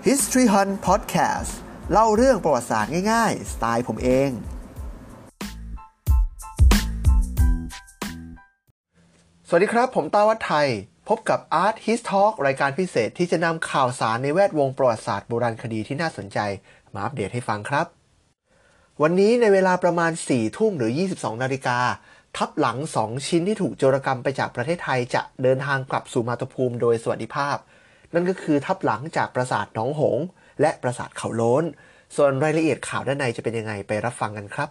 History Hunt Podcast เล่าเรื่องประวัติศาสตร์ง่ายๆสไตล์ผมเองสวัสดีครับผมต้าวัฒน์ไทยพบกับ Art His Talk รายการพิเศษที่จะนำข่าวสารในแวดวงประวัติศาสตร์โบราณคดีที่น่าสนใจมาอัปเดตให้ฟังครับวันนี้ในเวลาประมาณ 4 ทุ่มหรือ 22 นาฬิกาทัพหลัง 2 ชิ้นที่ถูกโจรกรรมไปจากประเทศไทยจะเดินทางกลับสู่มาตุภูมิโดยสวัสดิภาพนั่นก็คือทัพหลังจากปราสาทหนองหงส์และปราสาทเขาโล้นส่วนรายละเอียดข่าวด้านในจะเป็นยังไงไปรับฟังกันครับ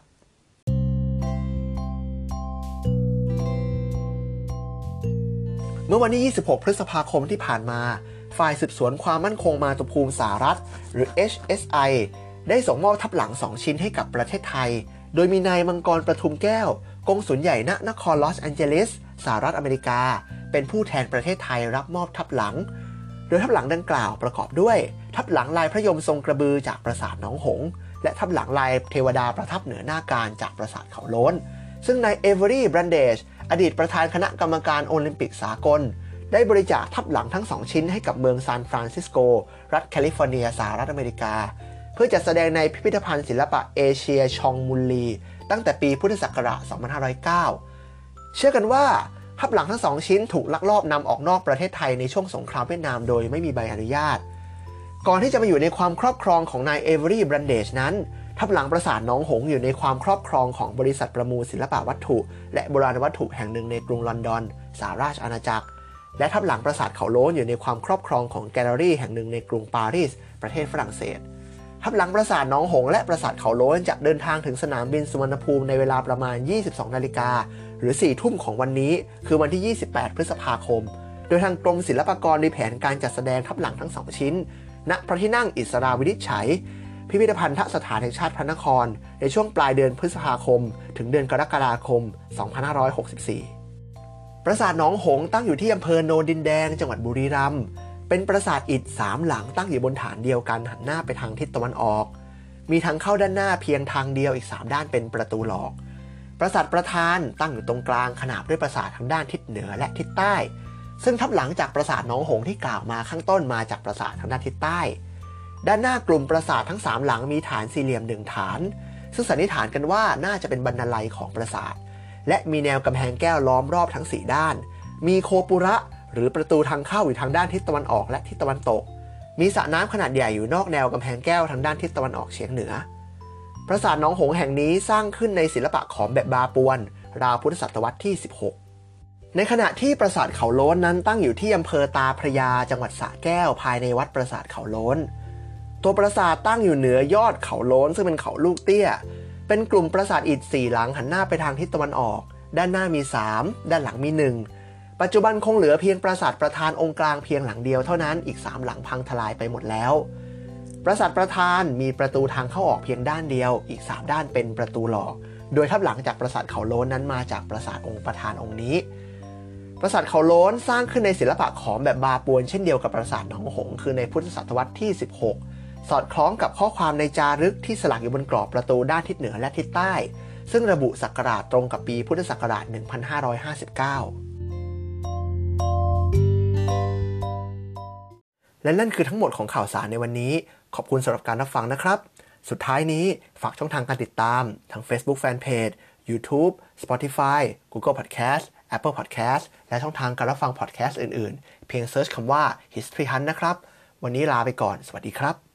เมื่อวันที่ 26 พฤษภาคมที่ผ่านมาฝ่ายสืบสวนความมั่นคงมาตุภูมิสหรัฐหรือ HSI ได้ส่งมอบทัพหลัง 2 ชิ้นให้กับประเทศไทยโดยมีนายมังกรประทุมแก้วกงสุลใหญ่ณนครลอสแอนเจลิสสหรัฐอเมริกาเป็นผู้แทนประเทศไทยรับมอบทัพหลังโดยทัพหลังดังกล่าวประกอบด้วยทัพหลังลายพระยมทรงกระบือจากปราสาทหนองหงส์และทัพหลังลายเทวดาประทับเหนือหน้าการจากปราสาทเขาโล้นซึ่งนายเอเวอรี่ บรันเดชอดีตประธานคณะกรรมการโอลิมปิกสากลได้บริจาคทัพหลังทั้ง 2 ชิ้นให้กับเมืองซานฟรานซิสโกรัฐแคลิฟอร์เนียสหรัฐอเมริกาเพื่อจัดแสดงในพิพิธภัณฑ์ศิลปะเอเชียชองมุลลีตั้งแต่ปีพุทธศักราช 2509 เชื่อกันว่าทัพหลังทั้ง 2 ชิ้นถูกลักลอบนำออกนอกประเทศไทยในช่วงสงครามเวียดนามโดยไม่มีใบอนุญาตก่อนที่จะมาอยู่ในความครอบครองของนายเอเวอรี่ บรันเดชนั้นทัพหลังปราสาทหนองหงส์อยู่ในความครอบครองของบริษัทประมูลศิลปะวัตถุและโบราณวัตถุแห่งหนึ่งในกรุงลอนดอนสหราชอาณาจักรและทัพหลังปราสาทเขาโล้นอยู่ในความครอบครองของแกลเลอรี่แห่งหนึ่งในกรุงปารีสประเทศฝรั่งเศสทัพหลังปราสาทหนองหงส์และปราสาทเขาโล้นจะเดินทางถึงสนามบินสุวรรณภูมิในเวลาประมาณ 22 นาฬิกาหรือ 4 ทุ่มของวันนี้คือวันที่ 28 พฤษภาคมโดยทางกรมศิลปากรมีแผนการจัดแสดงทัพหลังทั้ง 2 ชิ้นณพระที่นั่งอิสราวินิจฉัยพิพิธภัณฑสถานแห่งชาติพระนครในช่วงปลายเดือนพฤษภาคมถึงเดือนกรกฎาคม 2564 ปราสาทหนองหงส์ตั้งอยู่ที่อำเภอโนนดินแดงจังหวัดบุรีรัมย์เป็นปราสาทอิฐ3 หลังตั้งอยู่บนฐานเดียวกันหันหน้าไปทางทิศตะวันออกมีทางเข้าด้านหน้าเพียงทางเดียวอีก3ด้านเป็นประตูหลอกปราสาทประธานตั้งอยู่ตรงกลางขนาบด้วยปราสาททางด้านทิศเหนือและทิศใต้ซึ่งทัพหลังจากปราสาทหนองหงส์ที่กล่าวมาข้างต้นมาจากปราสาททางด้านทิศใต้ด้านหน้ากลุ่มปราสาททั้ง3หลังมีฐานสี่เหลี่ยม1ฐานซึ่งสันนิษฐานกันว่าน่าจะเป็นบรรณาลัยของปราสาทและมีแนวกำแพงแก้วล้อมรอบทั้ง4ด้านมีโคปุระหรือประตูทางเข้าอยู่ทางด้านทิศตะวันออกและทิศตะวันตกมีสระน้ำขนาดใหญ่อยู่นอกแนวกำแพงแก้วทางด้านทิศตะวันออกเฉียงเหนือปราสาทหนองหงส์แห่งนี้สร้างขึ้นในศิลปะขอมแบบบาปวนราวพุทธศตวรรษที่ 16ในขณะที่ปราสาทเขาโล้นนั้นตั้งอยู่ที่อำเภอตาพระยาจังหวัดสระแก้วภายในวัดปราสาทเขาโล้นตัวปราสาทตั้งอยู่เหนือยอดเขาโล้นซึ่งเป็นเขาลูกเตี้ยเป็นกลุ่มปราสาทอิฐ4 หลังหันหน้าไปทางทิศตะวันออกด้านหน้ามี3ด้านหลังมี1ปัจจุบันคงเหลือเพียงปราสาทประธานองค์กลางเพียงหลังเดียวเท่านั้นอีก3 หลังพังทลายไปหมดแล้วปราสาทประธานมีประตูทางเข้าออกเพียงด้านเดียวอีก3ด้านเป็นประตูหลอกโดยทัพหลังจากปราสาทเขาโล้นนั้นมาจากปราสาทองค์ประธานองค์นี้ปราสาทเขาโล้นสร้างขึ้นในศิลปะขอมแบบบาปวนเช่นเดียวกับปราสาทหนองหงส์คือในพุทธศตวรรษที่ 16สอดคล้องกับข้อความในจารึกที่สลักอยู่บนกรอบประตูด้านทิศเหนือและทิศใต้ซึ่งระบุศักราชตรงกับปีพุทธศักราช 1559และนั่นคือทั้งหมดของข่าวสารในวันนี้ขอบคุณสำหรับการรับฟังนะครับสุดท้ายนี้ฝากช่องทางการติดตามทั้ง Facebook Fanpage YouTube Spotify Google Podcast Apple Podcast และช่องทางการรับฟัง podcast อื่นๆเพียงเซิร์ชคำว่า History Hunt นะครับวันนี้ลาไปก่อนสวัสดีครับ